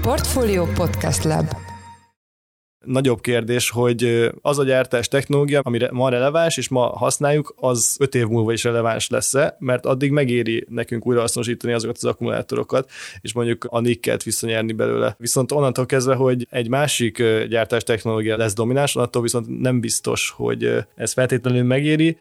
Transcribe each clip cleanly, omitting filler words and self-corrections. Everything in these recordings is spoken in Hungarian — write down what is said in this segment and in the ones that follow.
Portfolio Podcast Lab. Nagyobb kérdés, hogy az a gyártás technológia, amire ma releváns, és ma használjuk, az 5 év múlva is releváns lesz-e, mert addig megéri nekünk újrahasznosítani azokat az akkumulátorokat, és mondjuk a nikkelt visszanyerni belőle. Viszont onnantól kezdve, hogy egy másik gyártás technológia lesz domináns, onnantól viszont nem biztos, hogy ez feltétlenül megéri.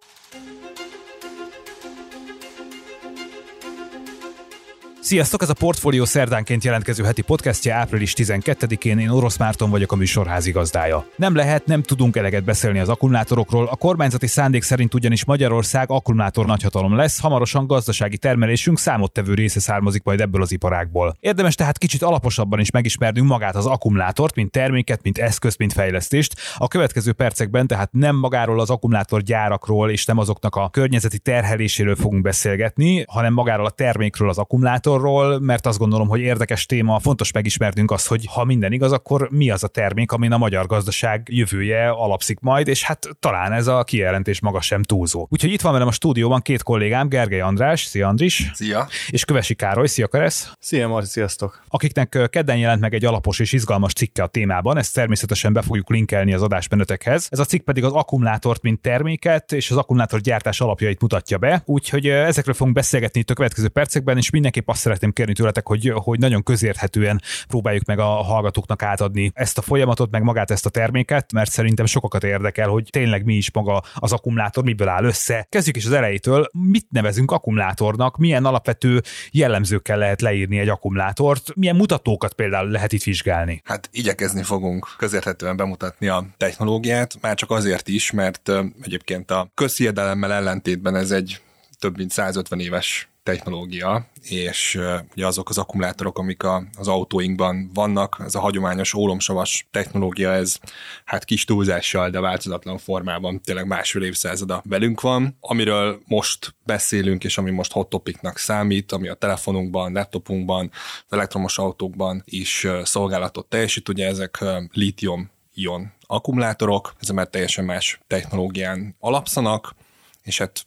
Sziasztok, ez a Portfolio szerdánként jelentkező heti podcastja április 12-én, én Orosz Márton vagyok, a műsor házigazdája. Nem tudunk eleget beszélni az akkumulátorokról, a kormányzati szándék szerint ugyanis Magyarország akkumulátor nagyhatalom lesz, hamarosan gazdasági termelésünk számottevő része származik majd ebből az iparágból. Érdemes tehát kicsit alaposabban is megismernünk magát az akkumulátort, mint terméket, mint eszközt, mint fejlesztést. A következő percekben tehát nem magáról az akkumulátorgyárakról és nem azoknak a környezeti terheléséről fogunk beszélgetni, hanem magáról a termékről, az akkumulátor, mert azt gondolom, hogy érdekes téma, fontos megismernünk azt, hogy ha minden igaz, akkor mi az a termék, amin a magyar gazdaság jövője alapszik majd, és hát talán ez a kijelentés maga sem túlzó. Úgyhogy itt van velem a stúdióban két kollégám, Gergely András, szia Andris! Szia! És Kövesi Károly, szia Keresz! Szia Marci, sziasztok! Akiknek kedden jelent meg egy alapos és izgalmas cikke a témában, ezt természetesen be fogjuk linkelni az adásmenetekhez. Ez a cikk pedig az akkumulátort, mint terméket, és az akkumulátorgyártás alapjait mutatja be. Úgyhogy ezekről fogunk beszélgetni itt a következő percekben, és mindenképp azt szeretném kérni tőletek, hogy nagyon közérthetően próbáljuk meg a hallgatóknak átadni ezt a folyamatot, meg magát ezt a terméket, mert szerintem sokakat érdekel, hogy tényleg mi is maga az akkumulátor, miből áll össze. Kezdjük is az elejétől. Mit nevezünk akkumulátornak? Milyen alapvető jellemzőkkel lehet leírni egy akkumulátort? Milyen mutatókat például lehet itt vizsgálni? Hát igyekezni fogunk közérthetően bemutatni a technológiát, már csak azért is, mert egyébként a közhiedelemmel ellentétben ez egy több mint 150 éves technológia, és ugye azok az akkumulátorok, amik az autóinkban vannak, ez a hagyományos ólomsavas technológia, ez hát kis túlzással, de változatlan formában tényleg másfél évszázada velünk van. Amiről most beszélünk, és ami most hot topicnak számít, ami a telefonunkban, laptopunkban, az elektromos autókban is szolgálatot teljesít, ugye ezek lítium-ion akkumulátorok, ezek már teljesen más technológián alapszanak, és hát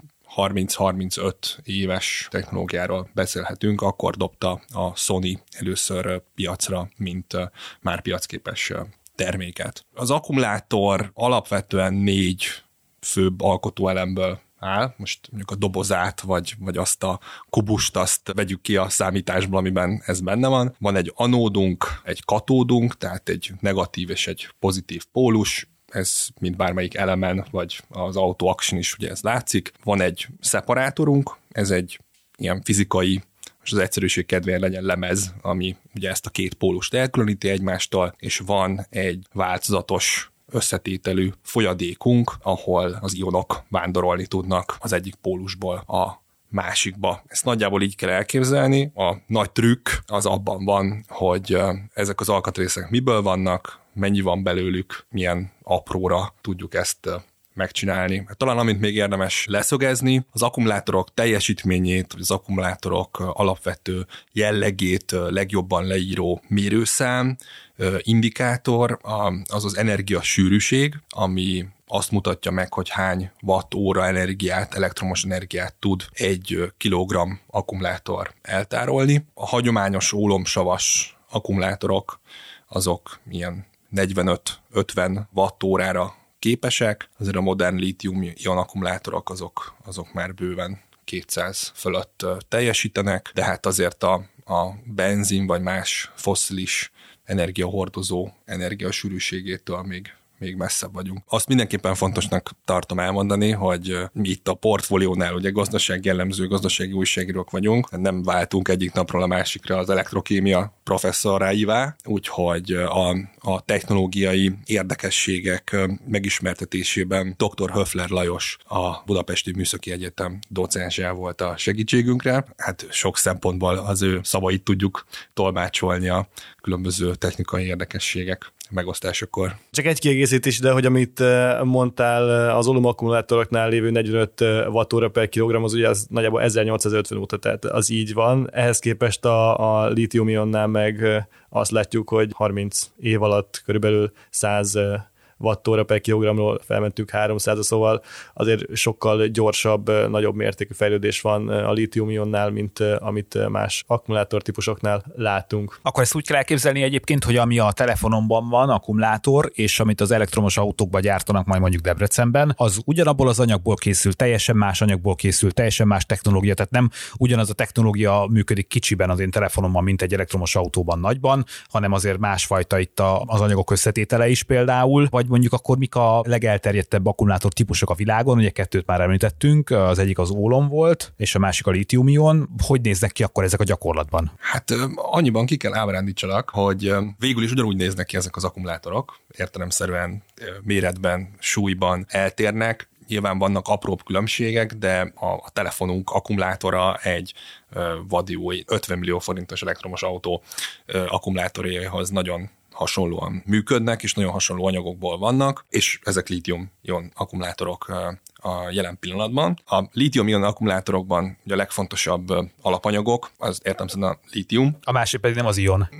30-35 éves technológiáról beszélhetünk, akkor dobta a Sony először piacra, mint már piacképes terméket. Az akkumulátor alapvetően 4 főbb alkotóelemből áll, most mondjuk a dobozát, vagy azt a kubust, azt vegyük ki a számításból, amiben ez benne van. Van egy anódunk, egy katódunk, tehát egy negatív és egy pozitív pólus, ez mint bármelyik elemen, vagy az auto action is ugye ez látszik. Van egy szeparátorunk, ez egy ilyen fizikai, és az egyszerűség kedvéért legyen lemez, ami ugye ezt a két pólust elkülöníti egymástól, és van egy változatos összetételű folyadékunk, ahol az ionok vándorolni tudnak az egyik pólusból a másikba. Ezt nagyjából így kell elképzelni. A nagy trükk az abban van, hogy ezek az alkatrészek miből vannak, mennyi van belőlük, milyen apróra tudjuk ezt megcsinálni. Talán amit még érdemes leszögezni, az akkumulátorok teljesítményét, vagy az akkumulátorok alapvető jellegét legjobban leíró mérőszám, indikátor, az az energiasűrűség, ami azt mutatja meg, hogy hány watt-óra energiát, elektromos energiát tud egy kilogramm akkumulátor eltárolni. A hagyományos ólomsavas akkumulátorok azok ilyen 45-50 watt-órára képesek, azért a modern lítium-ion akkumulátorok azok már bőven 200 fölött teljesítenek, de hát azért a benzin vagy más fosszilis energiahordozó energiasűrűségétől még messzebb vagyunk. Azt mindenképpen fontosnak tartom elmondani, hogy mi itt a portfóliónál ugye gazdasági jellemző, gazdasági újságírók vagyunk, nem váltunk egyik napról a másikra az elektrokémia professzorává, úgyhogy a technológiai érdekességek megismertetésében dr. Höfler Lajos, a Budapesti Műszaki Egyetem docensje volt a segítségünkre. Hát sok szempontból az ő szavait tudjuk tolmácsolni a különböző technikai érdekességek megosztásakor. Csak egy kiegészítés, de hogy amit mondtál, az ólom-akkumulátoroknál lévő 45 Wh per kilogramm, az ugye az nagyjából 1850 óta, tehát az így van. Ehhez képest a lítium-ionnál meg azt látjuk, hogy 30 év alatt körülbelül 100 wattóra per kilogramról felmentünk 300-ra, szóval azért sokkal gyorsabb, nagyobb mértékű fejlődés van a lítium-ionnál, mint amit más akkumulátortípusoknál látunk. Akkor ezt úgy kell elképzelni egyébként, hogy ami a telefonomban van, akkumulátor, és amit az elektromos autókban gyártanak majd mondjuk Debrecenben, az ugyanabból az anyagból készül, teljesen más anyagból készül, teljesen más technológia, tehát nem ugyanaz a technológia működik kicsiben az én telefonomban, mint egy elektromos autóban nagyban, hanem azért másfajta itt az anyagok összetétele is például, vagy mondjuk akkor mik a legelterjedtebb akkumulátor típusok a világon, ugye kettőt már említettünk, az egyik az ólom volt, és a másik a lítium-ion. Hogy néznek ki akkor ezek a gyakorlatban? Hát annyiban ki kell ábrándítsalak, hogy végül is ugyanúgy néznek ki ezek az akkumulátorok, értelemszerűen méretben, súlyban eltérnek. Nyilván vannak apróbb különbségek, de a telefonunk akkumulátora egy vadi új 50 millió forintos elektromos autó akkumulátorjaihoz nagyon hasonlóan működnek, és nagyon hasonló anyagokból vannak, és ezek lítium-ion akkumulátorok a jelen pillanatban. A lítium-ion akkumulátorokban ugye a legfontosabb alapanyagok, az értelemszerűen a lítium. A másik pedig nem az ion.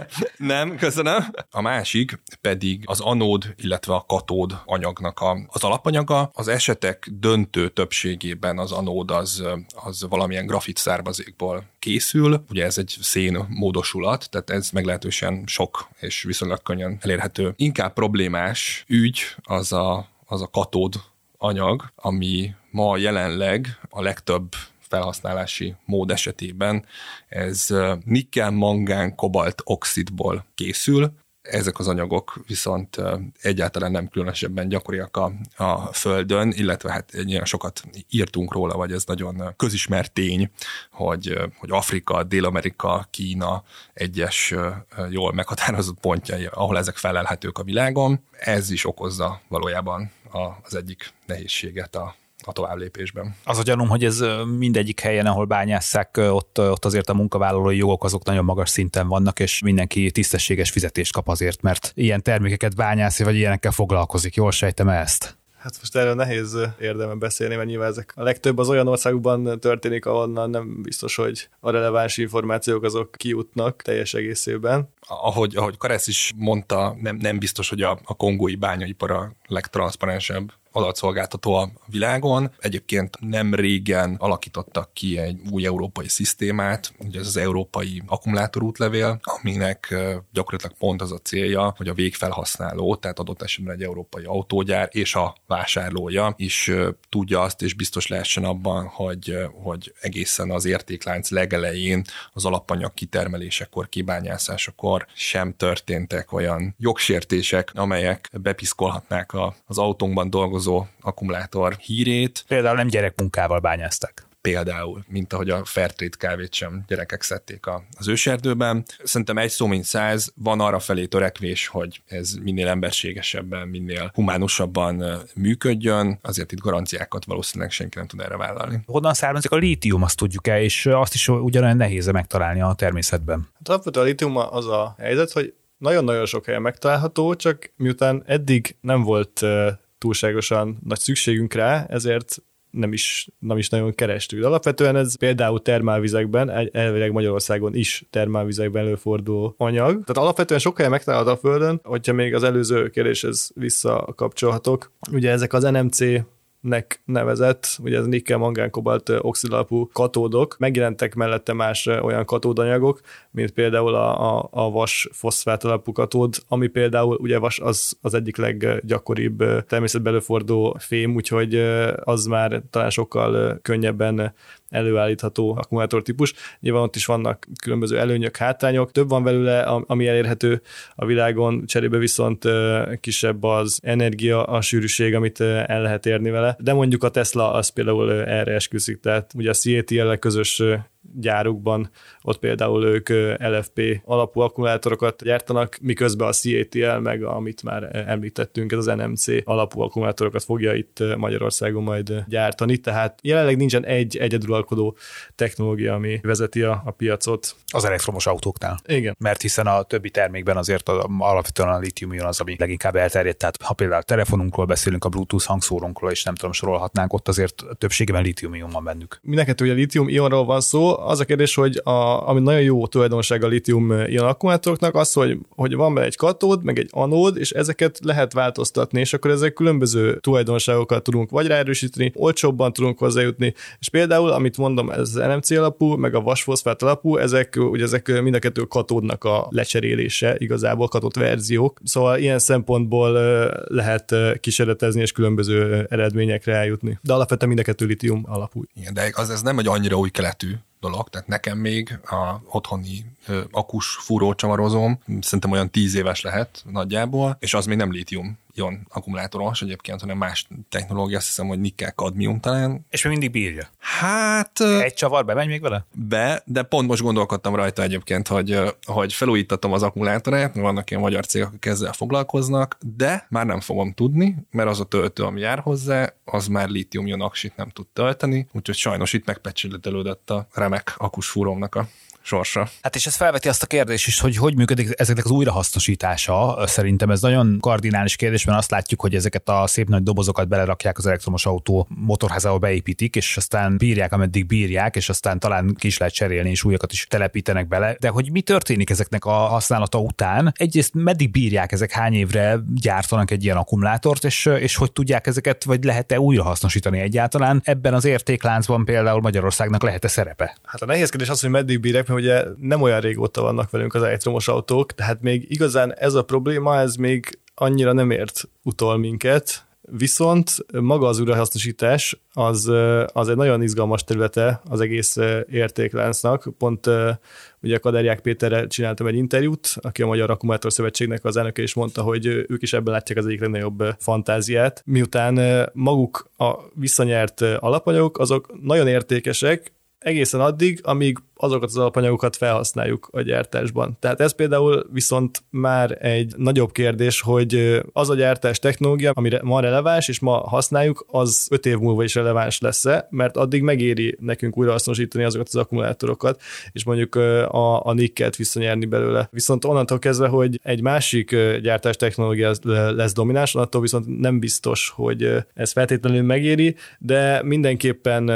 Nem, köszönöm. A másik pedig az anód, illetve a katód anyagnak az alapanyaga. Az esetek döntő többségében az anód az valamilyen grafit származékból készül. Ugye ez egy szén módosulat, tehát ez meglehetősen sok és viszonylag könnyen elérhető. Inkább problémás ügy az a katód anyag, ami ma jelenleg a legtöbb felhasználási mód esetében ez nikkel, mangán, kobalt oxidból készül. Ezek az anyagok viszont egyáltalán nem különösebben gyakoriak a Földön, illetve hát ilyen sokat írtunk róla, vagy ez nagyon közismert tény, hogy Afrika, Dél-Amerika, Kína egyes jól meghatározott pontjai, ahol ezek felelhetők a világon. Ez is okozza valójában az egyik nehézséget a továbblépésben. Az a gyanúm, hogy ez mindegyik helyen, ahol bányásszák, ott azért a munkavállalói jogok azok nagyon magas szinten vannak, és mindenki tisztességes fizetést kap azért, mert ilyen termékeket bányászik, vagy ilyenekkel foglalkozik. Jól sejtem ezt? Hát most erről nehéz érdemben beszélni, mert nyilván ezek a legtöbb az olyan országokban történik, ahonnan nem biztos, hogy a releváns információk azok kijutnak teljes egészében. Ahogy Karesz is mondta, nem biztos, hogy a kongói bányaipar a legtranszparensebb adatszolgáltató a világon. Egyébként nem régen alakítottak ki egy új európai szisztémát, ugye ez az európai akkumulátorútlevél, aminek gyakorlatilag pont az a célja, hogy a végfelhasználó, tehát adott esetben egy európai autógyár és a vásárlója is tudja azt, és biztos lehessen abban, hogy egészen az értéklánc legelején az alapanyag kitermelésekor, kibányászásakor sem történtek olyan jogsértések, amelyek bepiszkolhatnák az autónkban dolgozó akkumulátor hírét. Például nem gyerekmunkával bányáztak. Például, mint ahogy a Fairtrade kávét sem gyerekek szedték az őserdőben. Szerintem egy szó mint 100, van arra felé törekvés, hogy ez minél emberségesebben, minél humánusabban működjön, azért itt garanciákat valószínűleg senki nem tud erre vállalni. Honnan származik a lítium, azt tudjuk-e, és azt is ugyanolyan nehéz megtalálni a természetben? Hát alapvetően a lítium az a helyzet, hogy nagyon-nagyon sok helyen megtalálható, csak miután eddig nem volt túlságosan nagy szükségünk rá, ezért nem is nagyon kerestük. De alapvetően ez például termálvizekben, elvileg Magyarországon is termálvizekben előforduló anyag. Tehát alapvetően sok helyen megtalálható a Földön, hogyha még az előző kérdéshez visszakapcsolhatok. Ugye ezek az NMC-nek nevezett, ugye ez nikkel, mangán, kobalt oxid alapú katódok, megjelentek mellette más olyan katódanyagok, mint például a vas foszfát alapú katód, ami például ugye vas az egyik leggyakoribb természetben előforduló fém, úgyhogy az már talán sokkal könnyebben előállítható akkumulátortípus. Nyilván ott is vannak különböző előnyök, hátrányok. Több van belőle, ami elérhető a világon, cserébe viszont kisebb az energia, a sűrűség, amit el lehet érni vele. De mondjuk a Tesla az például erre esküszik, tehát ugye a CATL-lel közös gyárukban, ott például ők LFP alapú akkumulátorokat gyártanak, miközben a CATL meg, amit már említettünk, ez az NMC alapú akkumulátorokat fogja itt Magyarországon majd gyártani, tehát jelenleg nincsen egy egyeduralkodó technológia, ami vezeti a piacot. Az elektromos autóknál. Igen. Mert hiszen a többi termékben azért alapvetően a lítium-ion az, ami leginkább elterjedt, tehát ha például a telefonunkról beszélünk, a Bluetooth hangszórunkról, és nem tudom, sorolhatnánk, ott azért többségében lítium-ion van bennük. Mindenkettő ugye lítium-ionról van szó, az a kérdés, hogy ami nagyon jó tulajdonsága a lítium-ion akkumulátoroknak az, hogy van benne egy katód, meg egy anód, és ezeket lehet változtatni, és akkor ezek különböző tulajdonságokat tudunk vagy ráerősíteni, olcsóbban tudunk hozzájutni, és például, amit mondom, ez az NMC alapú, meg a vasfoszfát alapú, ezek mind a kettő katódnak a lecserélése, igazából katód verziók, szóval ilyen szempontból lehet kísérletezni és különböző eredményekre eljutni. De alapvetően mind a kettő lítium alapú. Igen, de ez nem egy annyira új keletű dolog, tehát nekem még a otthoni akus fúrócsavarozóm szerintem olyan 10 éves lehet nagyjából, és az még nem lítium-ion akkumulátoros egyébként, hanem más technológia, azt hiszem, hogy nikkel-kadmium talán. És még mindig bírja? Hát... Egy csavar bemegy még vele? De pont most gondolkodtam rajta egyébként, hogy felújítatom az akkumulátorát, vannak ilyen magyar cégek, akik ezzel foglalkoznak, de már nem fogom tudni, mert az a töltő, ami jár hozzá, az már lítium-ion aksit nem tud tölteni, úgyhogy sajnos itt megpecsételődött a remek akusfúrómnak a sorsa. Hát és ez felveti azt a kérdést is, hogy működik ezeknek az újrahasznosítása. Szerintem ez nagyon kardinális kérdés, mert azt látjuk, hogy ezeket a szép nagy dobozokat belerakják az elektromos autó motorházába, beépítik, és aztán bírják, ameddig bírják, és aztán talán ki is lehet cserélni, és újakat is telepítenek bele. De hogy mi történik ezeknek a használata után? Egyrészt meddig bírják ezek, hány évre gyártanak egy ilyen akkumulátort, és hogy tudják ezeket, vagy lehet-e újrahasznosítani egyáltalán? Ebben az értékláncban például Magyarországnak lehet-e szerepe? Hát a nehéz kérdés az, hogy meddig bírják, ugye nem olyan régóta vannak velünk az elektromos autók, tehát még igazán ez a probléma, ez még annyira nem ért utol minket, viszont maga az újrahasznosítás az egy nagyon izgalmas területe az egész értékláncnak. Pont ugye Kaderják Péterrel csináltam egy interjút, aki a Magyar Akkumulátor Szövetségnek az elnöke, és mondta, hogy ők is ebben látják az egyik legnagyobb fantáziát. Miután maguk a visszanyert alapanyagok, azok nagyon értékesek, egészen addig, amíg azokat az alapanyagokat felhasználjuk a gyártásban. Tehát ez például viszont már egy nagyobb kérdés, hogy az a gyártás technológia, amire ma releváns, és ma használjuk, az 5 év múlva is releváns lesz-e, mert addig megéri nekünk újrahasznosítani azokat az akkumulátorokat, és mondjuk a nikkelt visszanyerni belőle. Viszont onnantól kezdve, hogy egy másik gyártás technológia lesz domináns, attól viszont nem biztos, hogy ez feltétlenül megéri, de mindenképpen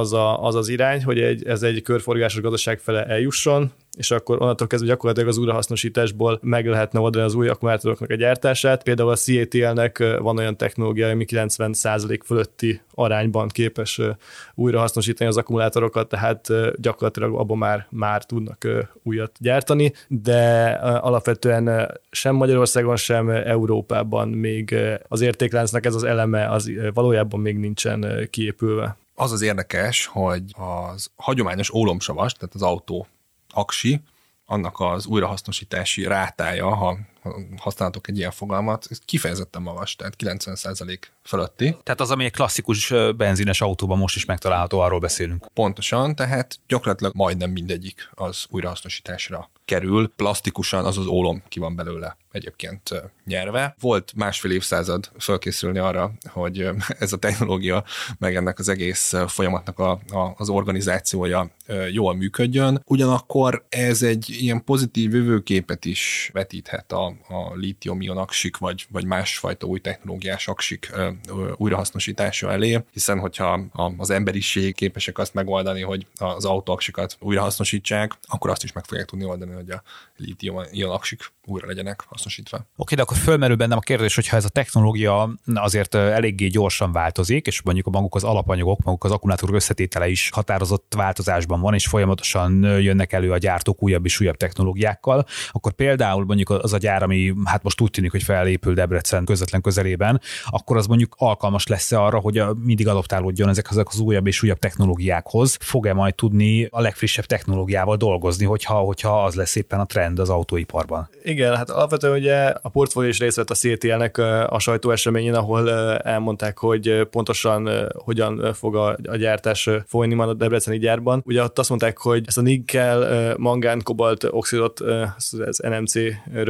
az az irány, hogy ez egy körforgásos gazdaság fele eljusson, és akkor onnantól kezdve gyakorlatilag az újrahasznosításból meg lehetne oldani az új akkumulátoroknak a gyártását. Például a CATL-nek van olyan technológia, ami 90% fölötti arányban képes újrahasznosítani az akkumulátorokat, tehát gyakorlatilag abban már tudnak újat gyártani, de alapvetően sem Magyarországon, sem Európában még az értékláncnak ez az eleme az valójában még nincsen kiépülve. Az az érdekes, hogy az hagyományos ólomsavas, tehát az autó aksi, annak az újrahasznosítási rátája, ha használhatok egy ilyen fogalmat, ez kifejezetten magas, tehát 90% fölötti. Tehát az, ami egy klasszikus benzines autóban most is megtalálható, arról beszélünk. Pontosan, tehát gyakorlatilag majdnem mindegyik az újrahasznosításra kerül. Plastikusan az ólom ki van belőle egyébként nyerve. Volt másfél évszázad felkészülni arra, hogy ez a technológia, meg ennek az egész folyamatnak az organizációja jól működjön. Ugyanakkor ez egy ilyen pozitív jövőképet is vetíthet a lítium-ion aksik, vagy másfajta új technológiás aksik újrahasznosítása elé, hiszen hogyha az emberiség képesek azt megoldani, hogy az autóaksikat újrahasznosítsák, akkor azt is meg fogják tudni oldani, hogy a lítium-ion aksik újra legyenek hasznosítva. Oké, de akkor fölmerül bennem a kérdés, hogyha ez a technológia azért eléggé gyorsan változik, és mondjuk maguk az alapanyagok, maguk az akkumulátorok összetétele is határozott változásban van, és folyamatosan jönnek elő a gyártók újabb és újabb technológiákkal, akkor például mondjuk az a gyár, ami hát most úgy tűnik, hogy felépül Debrecen közvetlen közelében, akkor az mondjuk alkalmas lesz-e arra, hogy mindig adaptálódjon ezek az újabb és újabb technológiákhoz? Fog-e majd tudni a legfrissebb technológiával dolgozni, hogyha az lesz éppen a trend az autóiparban? Igen, hát alapvetően ugye a portfólió is részt vett a CATL-nek a sajtóeseményén, ahol elmondták, hogy pontosan hogyan fog a gyártás folyni majd a debreceni gyárban. Ugye ott azt mondták, hogy ezt a nikkel, mangán, kobalt oxidot, ez NMC rövidítés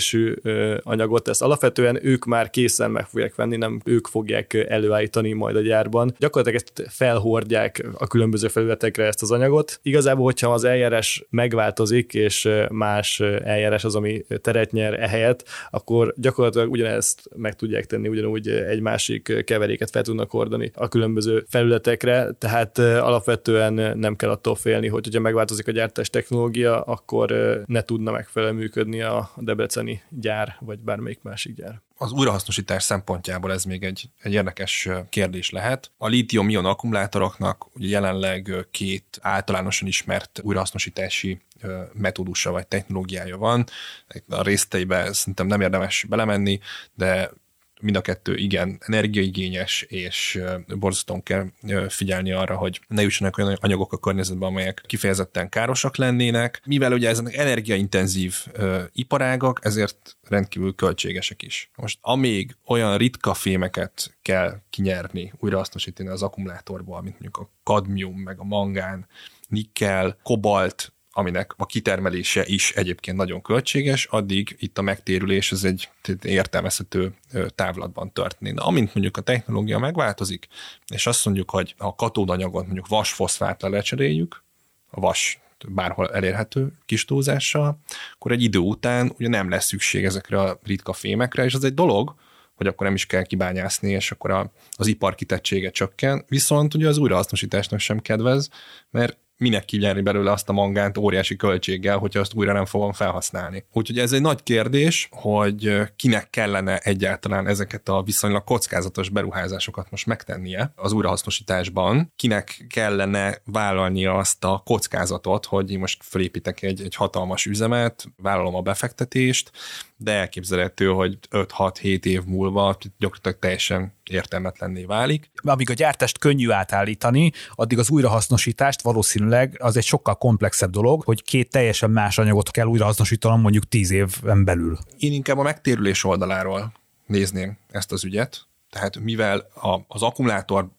ízésű anyagot, ezt alapvetően ők már készen meg fogják venni, nem ők fogják előállítani majd a gyárban. Gyakorlatilag ezt felhordják a különböző felületekre ezt az anyagot. Igazából, hogyha az eljárás megváltozik, és más eljárás az, ami teret nyer ehelyett, akkor gyakorlatilag ugyanezt meg tudják tenni, ugyanúgy egy másik keveréket fel tudnak hordani a különböző felületekre, tehát alapvetően nem kell attól félni, hogy hogyha megváltozik a gyártás technológia, akkor ne tudna megfelelően működni a debreceni gyár, vagy bármelyik másik gyár. Az újrahasznosítás szempontjából ez még egy érdekes kérdés lehet. A lítium-ion akkumulátoroknak ugye jelenleg 2 általánosan ismert újrahasznosítási metódusa vagy technológiája van. A részleteibe szerintem nem érdemes belemenni, de mind a kettő igen energiaigényes, és borzasztóan kell figyelni arra, hogy ne jussanak olyan anyagok a környezetbe, amelyek kifejezetten károsak lennének. Mivel ugye ezek energiaintenzív iparágak, ezért rendkívül költségesek is. Most amíg olyan ritka fémeket kell kinyerni, újrahasznosítani az akkumulátorból, mint mondjuk a kadmium, meg a mangán, nikkel, kobalt, aminek a kitermelése is egyébként nagyon költséges, addig itt a megtérülés ez egy értelmezhető távlatban történik. De amint mondjuk a technológia megváltozik, és azt mondjuk, hogy a katódanyagot mondjuk vasfoszfátra lecseréljük, a vas bárhol elérhető kis túlzással, akkor egy idő után ugye nem lesz szükség ezekre a ritka fémekre, és az egy dolog, hogy akkor nem is kell kibányászni, és akkor az ipar kitettsége csökken, viszont ugye az újrahasznosításnak sem kedvez, mert minek kinyerni belőle azt a mangánt óriási költséggel, hogyha azt újra nem fogom felhasználni. Úgyhogy ez egy nagy kérdés, hogy kinek kellene egyáltalán ezeket a viszonylag kockázatos beruházásokat most megtennie az újrahasznosításban, kinek kellene vállalnia azt a kockázatot, hogy én most felépítek egy hatalmas üzemet, vállalom a befektetést, de elképzelhető, hogy 5-6-7 év múlva gyakorlatilag teljesen értelmetlenné válik. Amíg a gyártást könnyű átállítani, addig az újrahasznosítást valószínűleg az egy sokkal komplexebb dolog, hogy 2 teljesen más anyagot kell újrahasznosítanom mondjuk 10 éven belül. Én inkább a megtérülés oldaláról nézném ezt az ügyet. Tehát mivel az akkumulátor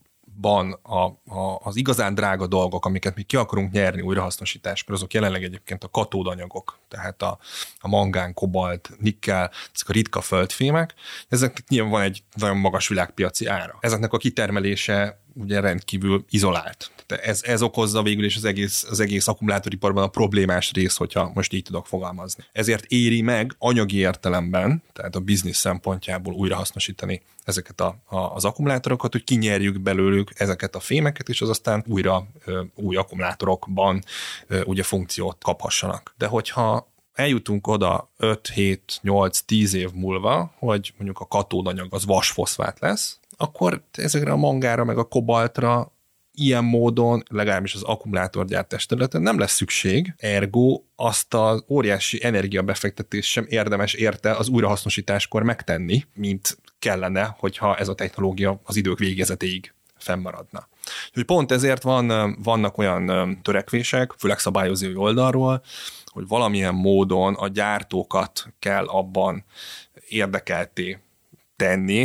az igazán drága dolgok, amiket mi ki akarunk nyerni újrahasznosításkor, azok jelenleg egyébként a katódanyagok, tehát a mangán, kobalt, nikkel, ezek a ritka földfémek, ezeknek nyilván van egy nagyon magas világpiaci ára. Ezeknek a kitermelése ugye rendkívül izolált. Tehát ez okozza végül is az egész akkumulátoriparban a problémás rész, hogyha most így tudok fogalmazni. Ezért éri meg anyagi értelemben, tehát a biznisz szempontjából újrahasznosítani ezeket az akkumulátorokat, hogy kinyerjük belőlük ezeket a fémeket, és az aztán újra új akkumulátorokban ugye funkciót kaphassanak. De hogyha eljutunk oda 5-7-8-10 év múlva, hogy mondjuk a katódanyag az vasfoszfát lesz, akkor ezekre a mangára meg a kobaltra ilyen módon, legalábbis az akkumulátorgyártás területen nem lesz szükség, ergo azt az óriási energiabefektetést sem érdemes érte az újrahasznosításkor megtenni, mint kellene, hogyha ez a technológia az idők végezetéig fennmaradna. Úgyhogy pont ezért vannak olyan törekvések, főleg szabályozói oldalról, hogy valamilyen módon a gyártókat kell abban érdekelté tenni,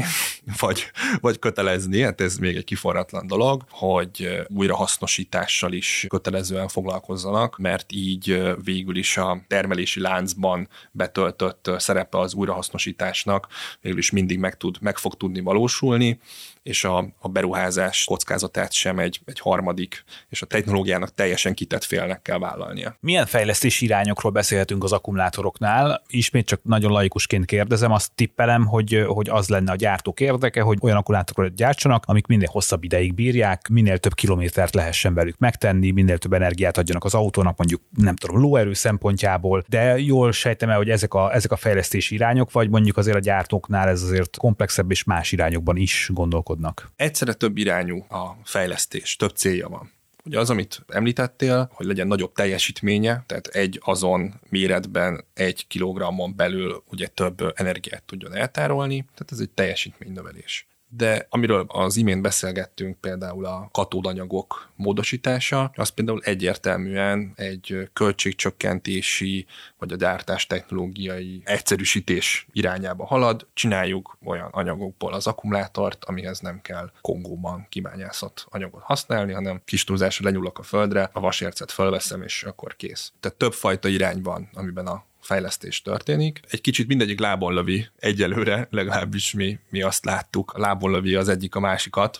vagy kötelezni, hát ez még egy kiforratlan dolog, hogy újrahasznosítással is kötelezően foglalkozzanak, mert így végül is a termelési láncban betöltött szerepe az újrahasznosításnak végül is mindig meg fog tudni valósulni, és a beruházás kockázatát sem egy harmadik, és a technológiának teljesen kitett félnek kell vállalnia. Milyen fejlesztési irányokról beszélhetünk az akkumulátoroknál? Ismét csak nagyon laikusként kérdezem, azt tippelem, hogy az lenne a gyártók érdeke, hogy olyan akkumulátorokat gyártsanak, amik minél hosszabb ideig bírják, minél több kilométert lehessen velük megtenni, minél több energiát adjanak az autónak, mondjuk nem tudom, lóerő szempontjából, de jól sejtem el, hogy ezek a fejlesztési irányok, vagy mondjuk azért a gyártóknál ez azért komplexebb és más irányokban is gondolkodnak. Egyszerre több irányú a fejlesztés, több célja van. Ugye az, amit említettél, hogy legyen nagyobb teljesítménye, tehát egy azon méretben 1 kilogrammon belül ugye több energiát tudjon eltárolni, tehát ez egy teljesítménynövelés. De amiről az imént beszélgettünk, például a katódanyagok módosítása, az például egyértelműen egy költségcsökkentési vagy a gyártás technológiai egyszerűsítés irányába halad. Csináljuk olyan anyagokból az akkumulátort, amihez nem kell Kongóban kibányászott anyagot használni, hanem kis túlzásra lenyúlok a földre, a vasércet felveszem, és akkor kész. Tehát többfajta irány van, amiben a fejlesztés történik. Egy kicsit mindegyik lábon lövi egyelőre, legalábbis mi azt láttuk. A lábon lövi az egyik a másikat,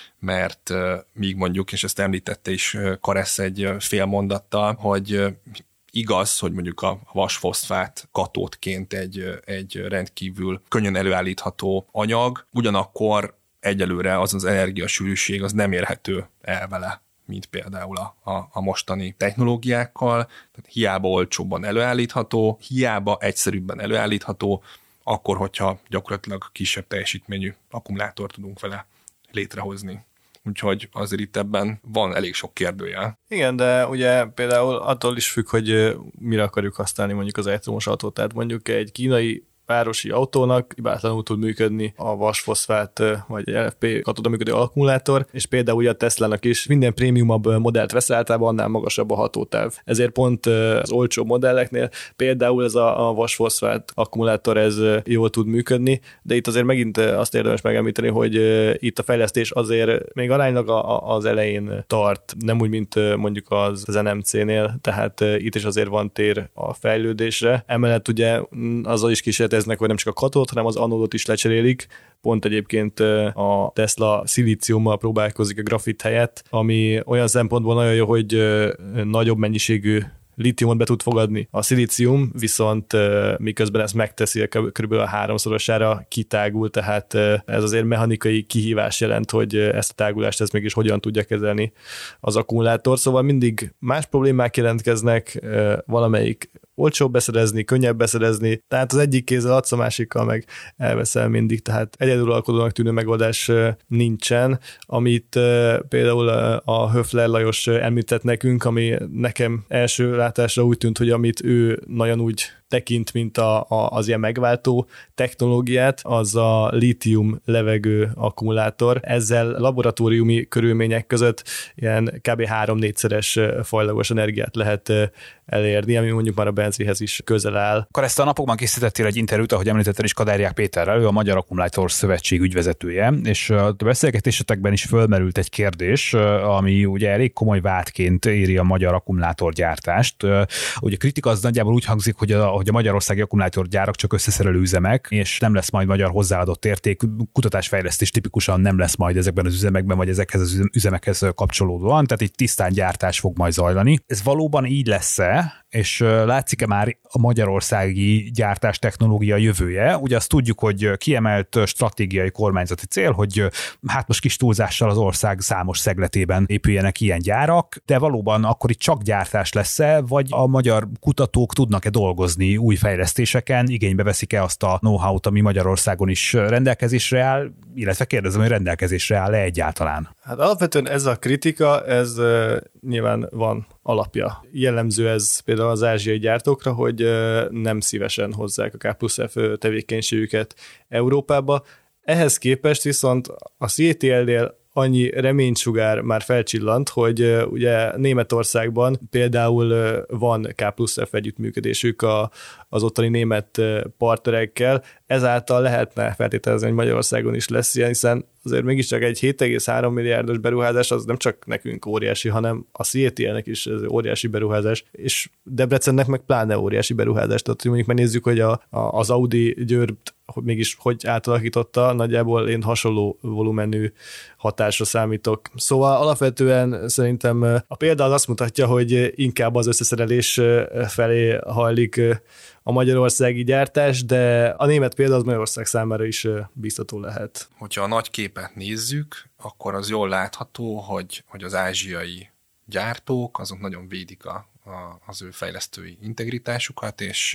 mert míg mondjuk, és ezt említette is Karesz egy fél mondattal, hogy igaz, hogy mondjuk a vasfoszfát katódként egy rendkívül könnyen előállítható anyag, ugyanakkor egyelőre az energiasűrűség az nem érhető el vele, mint például a mostani technológiákkal. Tehát hiába olcsóbban előállítható, hiába egyszerűbben előállítható, akkor, hogyha gyakorlatilag kisebb teljesítményű akkumulátort tudunk vele létrehozni. Úgyhogy azért itt ebben van elég sok kérdőjel. Igen, de ugye például attól is függ, hogy mire akarjuk használni mondjuk az elektromos autót. Tehát mondjuk egy kínai városi autónak hibátlanul tud működni a vasfoszfát vagy LFP katóda működő akkumulátor, és például ugye a Teslának is minden prémiumabb modellt vesz, általában annál magasabb a hatótáv. Ezért pont az olcsó modelleknél például ez a vasfoszfát akkumulátor ez jól tud működni, de itt azért megint azt érdemes megemlíteni, hogy itt a fejlesztés azért még aránylag az elején tart, nem úgy, mint mondjuk az NMC-nél, tehát itt is azért van tér a fejlődésre. Emellett ugye azzal is kísérleteznek, hogy nem csak a katódot, hanem az anódot is lecserélik. Pont egyébként a Tesla szilíciummal próbálkozik a grafit helyett, ami olyan szempontból nagyon jó, hogy nagyobb mennyiségű lítiumot be tud fogadni. A szilícium viszont miközben ezt megteszi, kb. A 3-szorosára kitágul, tehát ez azért mechanikai kihívás jelent, hogy ezt a tágulást ez mégis hogyan tudja kezelni az akkumulátor. Szóval mindig más problémák jelentkeznek, valamelyik olcsóbb beszerezni, könnyebb beszerezni, tehát az egyik kézzel adsz, a másikkal meg elveszel mindig, tehát egyedülalkodónak tűnő megoldás nincsen, amit például a Höfler Lajos említett nekünk, ami nekem első látásra úgy tűnt, hogy amit ő nagyon úgy tekint, mint az ilyen megváltó technológiát, az a lítium levegő akkumulátor. Ezzel laboratóriumi körülmények között ilyen kb. 3-4-szeres fajlagos energiát lehet elérni, ami mondjuk már a benzinhez is közel áll. Akkor ezt a napokban készítettél egy interjút, ahogy említetted is, Kadárják Péterrel, ő a Magyar Akkumulátor Szövetség ügyvezetője, és a beszélgetésetekben is fölmerült egy kérdés, ami ugye elég komoly vádként éri a magyar akkumulátorgyártást. Ugye a kritika az nagyjából úgy hangzik, hogy a magyarországi akkumulátorgyárak csak összeszerelő üzemek, és nem lesz majd magyar hozzáadott érték, kutatásfejlesztés tipikusan nem lesz majd ezekben az üzemekben, vagy ezekhez az üzemekhez kapcsolódóan, tehát itt tisztán gyártás fog majd zajlani. Ez valóban így lesz-e, és látszik-e már a magyarországi gyártás technológia jövője? Ugye azt tudjuk, hogy kiemelt stratégiai kormányzati cél, hogy hát most kis túlzással az ország számos szegletében épüljenek ilyen gyárak, de valóban akkor itt csak gyártás lesz-e, vagy a magyar kutatók tudnak-e dolgozni új fejlesztéseken, igénybe veszik-e azt a know-how-t, ami Magyarországon is rendelkezésre áll, illetve kérdezem, hogy rendelkezésre áll-e egyáltalán? Hát alapvetően ez a kritika, ez nyilván van alapja. Jellemző ez például az ázsiai gyártókra, hogy nem szívesen hozzák a K+F tevékenységüket Európába. Ehhez képest viszont a CATL-nél annyi reménysugár már felcsillant, hogy ugye Németországban például van K+F együttműködésük az ottani német partnerekkel, ezáltal lehetne feltételezni, hogy Magyarországon is lesz ilyen, hiszen azért mégiscsak egy 7,3 milliárdos beruházás az nem csak nekünk óriási, hanem a CATL-nek is ez óriási beruházás, és Debrecennek meg pláne óriási beruházás. Tehát mondjuk megnézzük, hogy az Audi Győrt mégis hogy átalakította, nagyjából én hasonló volumenű hatásra számítok. Szóval alapvetően szerintem a példa az azt mutatja, hogy inkább az összeszerelés felé hajlik a magyarországi gyártás, de a német példa az Magyarország számára is biztató lehet. Hogyha a nagy képet nézzük, akkor az jól látható, hogy az ázsiai gyártók azok nagyon védik az ő fejlesztői integritásukat, és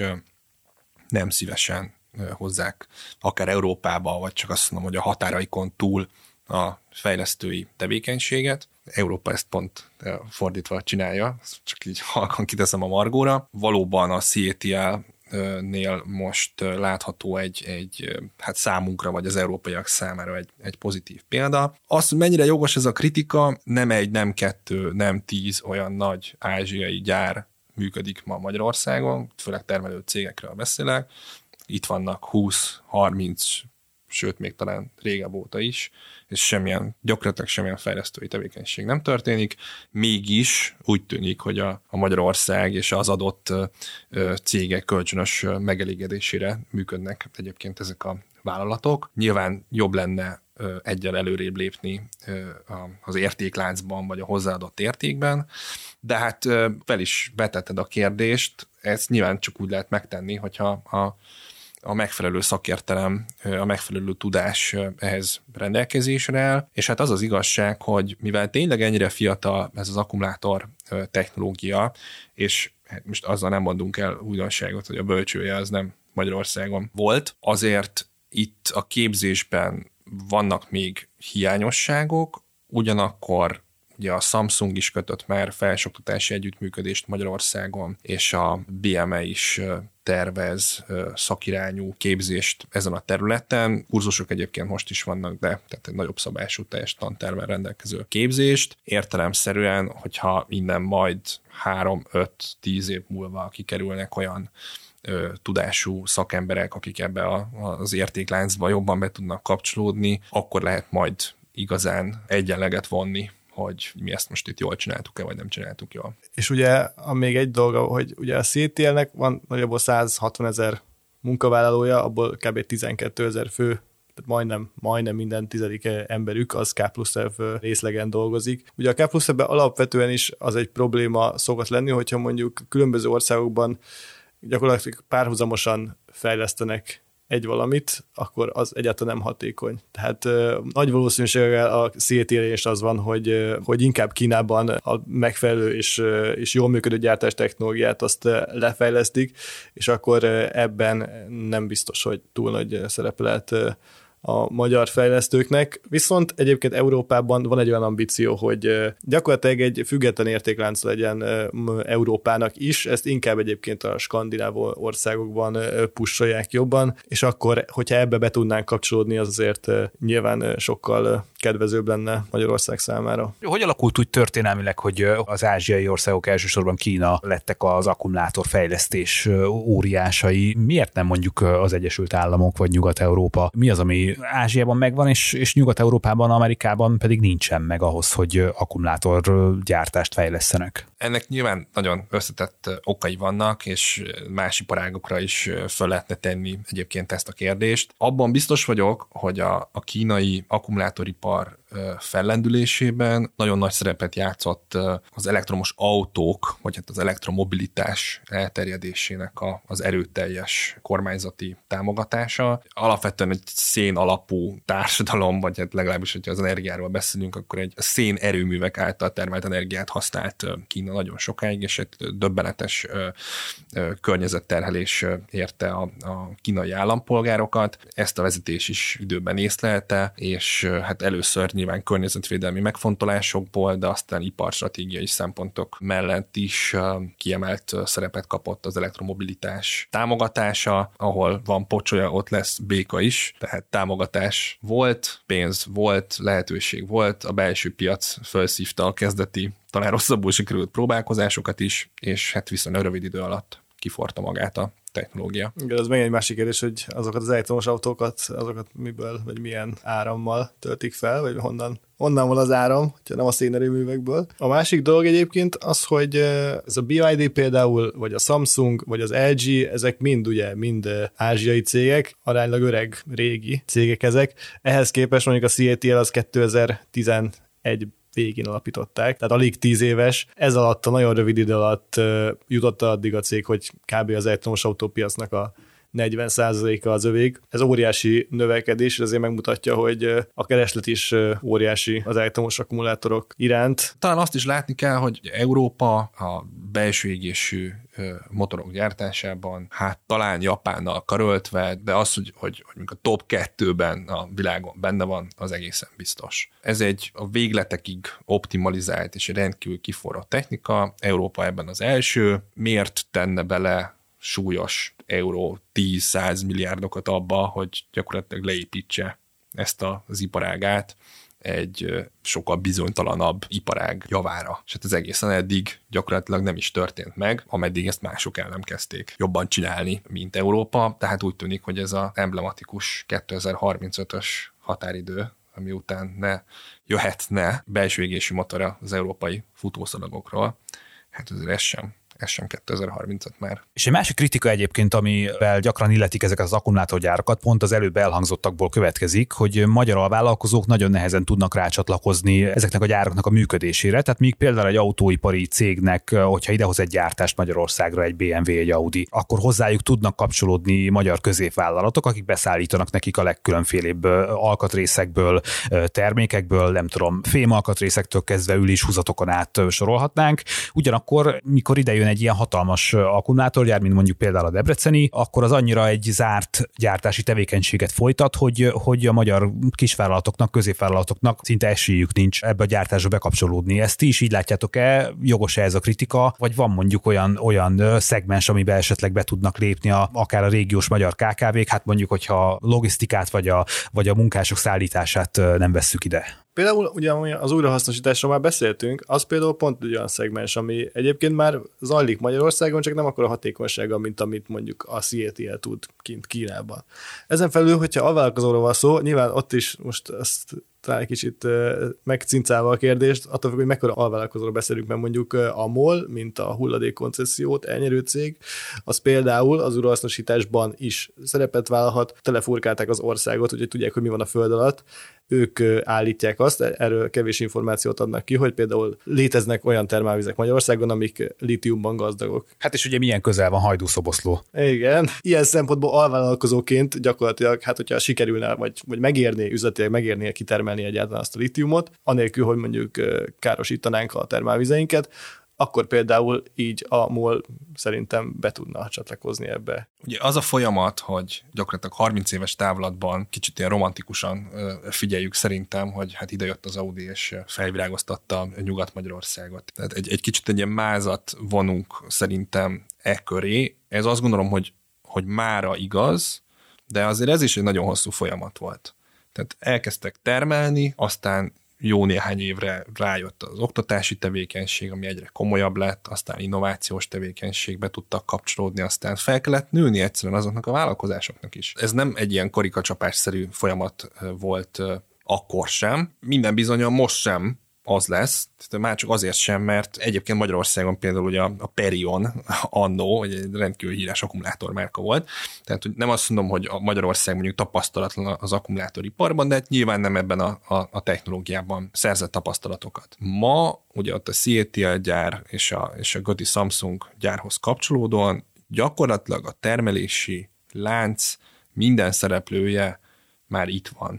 nem szívesen hozzák akár Európába, vagy csak azt mondom, hogy a határaikon túl a fejlesztői tevékenységet. Európa ezt pont fordítva csinálja, csak így halkan kiteszem a margóra. Valóban a CATL-nél most látható egy hát számunkra, vagy az európaiak számára egy pozitív példa. Azt, hogy mennyire jogos ez a kritika, nem 1, nem 2, nem 10 olyan nagy ázsiai gyár működik ma Magyarországon, főleg termelő cégekről beszélek. Itt vannak 20-30, sőt még talán régebb óta is, és gyakorlatilag semmilyen fejlesztői tevékenység nem történik, mégis úgy tűnik, hogy a Magyarország és az adott cégek kölcsönös megelégedésére működnek egyébként ezek a vállalatok. Nyilván jobb lenne egyen előrébb lépni az értékláncban, vagy a hozzáadott értékben, de hát fel is vetetted a kérdést, ezt nyilván csak úgy lehet megtenni, hogyha a megfelelő szakértelem, a megfelelő tudás ehhez rendelkezésre áll, és hát az az igazság, hogy mivel tényleg ennyire fiatal ez az akkumulátor technológia, és hát most azzal nem mondunk el újdonságot, hogy a bölcsője az nem Magyarországon volt, azért itt a képzésben vannak még hiányosságok, ugyanakkor ugye a Samsung is kötött már felsőoktatási együttműködést Magyarországon, és a BME is tervez szakirányú képzést ezen a területen. Kurzusok egyébként most is vannak, de tehát egy nagyobb szabású teljes tantervvel rendelkező képzést. Értelemszerűen, hogyha innen majd 3-5-10 év múlva kikerülnek olyan tudású szakemberek, akik ebbe az értékláncba jobban be tudnak kapcsolódni, akkor lehet majd igazán egyenleget vonni, hogy mi ezt most itt jól csináltuk-e, vagy nem csináltuk jól. És ugye még egy dolga, hogy ugye a CATL-nek van nagyjából 160 000 munkavállalója, abból kb. 12 000 fő, tehát majdnem minden 10. emberük az K+F részlegen dolgozik. Ugye a K+F-ben alapvetően is az egy probléma szokott lenni, hogyha mondjuk különböző országokban gyakorlatilag párhuzamosan fejlesztenek egy valamit, akkor az egyáltalán nem hatékony. Tehát nagy valószínűséggel a CATL is az van, hogy inkább Kínában a megfelelő és jól működő gyártás technológiát azt lefejlesztik, és akkor ebben nem biztos, hogy túl nagy szerepe lehet a magyar fejlesztőknek. Viszont egyébként Európában van egy olyan ambíció, hogy gyakorlatilag egy független értéklánc legyen Európának is, ezt inkább egyébként a skandináv országokban pusolják jobban, és akkor, hogyha ebbe be tudnánk kapcsolódni, az azért nyilván sokkal kedvezőbb lenne Magyarország számára. Hogy alakult úgy történelmileg, hogy az ázsiai országok, elsősorban Kína lettek az akkumulátorfejlesztés óriásai? Miért nem mondjuk az Egyesült Államok vagy Nyugat-Európa? Mi az, ami Ázsiában megvan, és Nyugat-Európában, Amerikában pedig nincsen meg ahhoz, hogy akkumulátorgyártást fejlesztenek? Ennek nyilván nagyon összetett okai vannak, és más iparágokra is föl lehetne tenni egyébként ezt a kérdést. Abban biztos vagyok, hogy a kínai akkumulátoripar fellendülésében nagyon nagy szerepet játszott az elektromos autók, vagy hát az elektromobilitás elterjedésének az erőteljes kormányzati támogatása. Alapvetően egy szén alapú társadalom, vagy hát legalábbis, hogyha az energiáról beszélünk, akkor egy szén erőművek által termelt energiát használt Kína nagyon sokáig, és egy döbbenetes környezetterhelés érte a kínai állampolgárokat. Ezt a vezetés is időben észlelte, és hát először nyilván környezetvédelmi megfontolásokból, de aztán iparstratégiai szempontok mellett is kiemelt szerepet kapott az elektromobilitás támogatása, ahol van pocsolya, ott lesz béka is, tehát támogatás volt, pénz volt, lehetőség volt, a belső piac felszívta a kezdeti, talán rosszabbul sikerült próbálkozásokat is, és hát viszonylag rövid idő alatt kiforta magát a technológia. Igen, ez még egy másik kérdés, hogy azokat az elektromos autókat, azokat miből, vagy milyen árammal töltik fel, vagy honnan van az áram, hogyha nem a szénerőművekből. A másik dolog egyébként az, hogy ez a BYD például, vagy a Samsung, vagy az LG, ezek mind ázsiai cégek, aránylag öreg, régi cégek ezek. Ehhez képest mondjuk a CATL az 2011 végén alapították, tehát alig 10 éves. Ez alatt a nagyon rövid idő alatt jutott addig a cég, hogy kb. Az elektromos autópiacnak a 40%-a az övék. Ez óriási növekedés, és azért megmutatja, hogy a kereslet is óriási az elektromos akkumulátorok iránt. Talán azt is látni kell, hogy Európa a belső égésű motorok gyártásában, hát talán Japánnal karöltve, de az, hogy a top 2-ben a világon benne van, az egészen biztos. Ez egy a végletekig optimalizált és rendkívül kiforrott technika. Európa ebben az első. Miért tenne bele súlyos euró 10-100 milliárdokat abba, hogy gyakorlatilag leépítse ezt az iparágát egy sokkal bizonytalanabb iparág javára. És hát ez egészen eddig gyakorlatilag nem is történt meg, ameddig ezt mások el nem kezdték jobban csinálni, mint Európa. Tehát úgy tűnik, hogy ez az emblematikus 2035-ös határidő, ami után ne jöhetne belső égésű motora az európai futószalagokról, hát azért ez sem 2035 már. És egy másik kritika egyébként, amivel gyakran illetik ezeket az akkumulátorgyárakat, pont az előbb elhangzottakból következik, hogy magyar alvállalkozók nagyon nehezen tudnak rácsatlakozni ezeknek a gyáraknak a működésére. Tehát míg például egy autóipari cégnek, hogyha idehoz egy gyártást Magyarországra, egy BMW, egy Audi, akkor hozzájuk tudnak kapcsolódni magyar középvállalatok, akik beszállítanak nekik a legkülönfélébb alkatrészekből, termékekből, nem tudom, fémalkatrészektől kezdve üléshúzatokon át sorolhatnánk. Ugyanakkor, mikor ide jön egy ilyen hatalmas akkumulátorgyár, mint mondjuk például a debreceni, akkor az annyira egy zárt gyártási tevékenységet folytat, hogy a magyar kisvállalatoknak, középvállalatoknak szinte esélyük nincs ebbe a gyártásba bekapcsolódni. Ezt ti is így látjátok-e? Jogos-e ez a kritika? Vagy van mondjuk olyan szegmens, amiben esetleg be tudnak lépni akár a régiós magyar KKV-k, hát mondjuk, hogyha logisztikát vagy a munkások szállítását nem vesszük ide? Például ugye az újrahasznosításról már beszéltünk, az például pont egy olyan szegmens, ami egyébként már zajlik Magyarországon, csak nem akkora hatékonysága, mint amit mondjuk a CATL tud kint Kínában. Ezen felül, hogyha alvállalkozóról van szó, nyilván ott is most azt talán egy kicsit megcincálva a kérdést, attól függ, hogy mekkora alvállalkozóról beszélünk, mert mondjuk a MOL, mint a hulladékkoncessziót elnyerő cég, az például az újrahasznosításban is szerepet vállalhat, telefurkálták az országot, úgyhogy tudják, hogy mi van a föld alatt. Ők állítják azt, erről kevés információt adnak ki, hogy például léteznek olyan termálvizek Magyarországon, amik lítiumban gazdagok. Hát és ugye milyen közel van Hajdú-Szoboszló. Igen. Ilyen szempontból alvállalkozóként gyakorlatilag, hát hogyha sikerülne, vagy megérné üzletileg megérné kitermelni egyáltalán azt a lítiumot, anélkül, hogy mondjuk károsítanánk a termálvizeinket, akkor például így a MOL szerintem be tudna csatlakozni ebbe. Ugye az a folyamat, hogy gyakorlatilag 30 éves távlatban kicsit ilyen romantikusan figyeljük szerintem, hogy hát ide jött az Audi és felvirágoztatta Nyugat-Magyarországot. Tehát egy kicsit egy ilyen mázat vonunk szerintem köré. Ez azt gondolom, hogy mára igaz, de azért ez is egy nagyon hosszú folyamat volt. Tehát elkezdtek termelni, aztán jó néhány évre rájött az oktatási tevékenység, ami egyre komolyabb lett, aztán innovációs tevékenységbe tudtak kapcsolódni, aztán fel kellett nőni egyszerűen azoknak a vállalkozásoknak is. Ez nem egy ilyen karikacsapásszerű folyamat volt akkor sem. Minden bizonnyal most sem az lesz, már csak azért sem, mert egyébként Magyarországon például ugye a Perion annó, egy rendkívül híres akkumulátormárka volt, tehát nem azt mondom, hogy a Magyarország mondjuk tapasztalatlan az akkumulátoriparban, de nyilván nem ebben a technológiában szerzett tapasztalatokat. Ma ugye ott a CATL gyár és a Gödi Samsung gyárhoz kapcsolódóan gyakorlatilag a termelési lánc minden szereplője már itt van.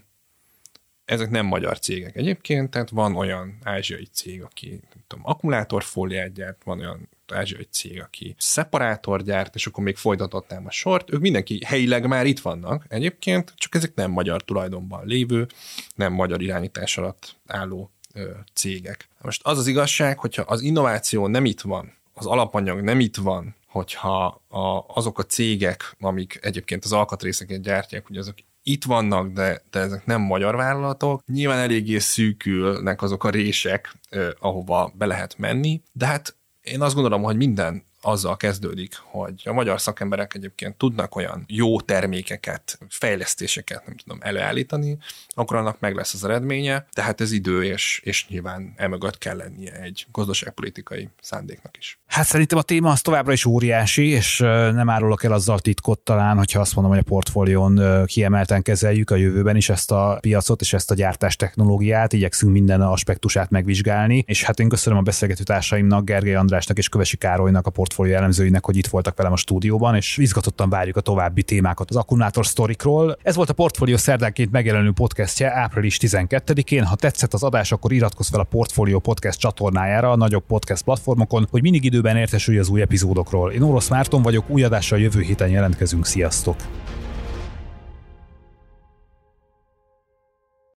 Ezek nem magyar cégek egyébként, tehát van olyan ázsiai cég, aki nem tudom, akkumulátorfóliát gyárt, van olyan ázsiai cég, aki szeparátor gyárt, és akkor még folytathatnám a sort. Ők mindenki helyileg már itt vannak egyébként, csak ezek nem magyar tulajdonban lévő, nem magyar irányítás alatt álló cégek. Most az az igazság, hogyha az innováció nem itt van, az alapanyag nem itt van, hogyha azok a cégek, amik egyébként az alkatrészeket gyártják, hogy azok itt vannak, de ezek nem magyar vállalatok. Nyilván eléggé szűkülnek azok a rések, ahova be lehet menni, de hát én azt gondolom, hogy minden azzal kezdődik, hogy a magyar szakemberek egyébként tudnak olyan jó termékeket, fejlesztéseket, nem tudom, előállítani, akkor annak meg lesz az eredménye, tehát ez idő, és nyilván emögött kell lennie egy gazdaságpolitikai szándéknak is. Hát szerintem a téma az továbbra is óriási, és nem árulok el azzal titkot talán, hogyha azt mondom, hogy a portfólión kiemelten kezeljük a jövőben is ezt a piacot és ezt a gyártás technológiát, igyekszünk minden aspektusát megvizsgálni, és hát én köszönöm a beszélgető társaimnak, Gergely Andrásnak és Kövesi Károlynak, a portfólió elemzőinek, hogy itt voltak velem a stúdióban, és izgatottan várjuk a további témákat az akkumulátor sztorikról. Ez volt a Portfólió szerdánként megjelenő podcastje április 12-én. Ha tetszett az adás, akkor iratkozz fel a Portfólió podcast csatornájára a nagyobb podcast platformokon, hogy mindig időben értesülj az új epizódokról. Én Orosz Márton vagyok, új adással jövő héten jelentkezünk. Sziasztok!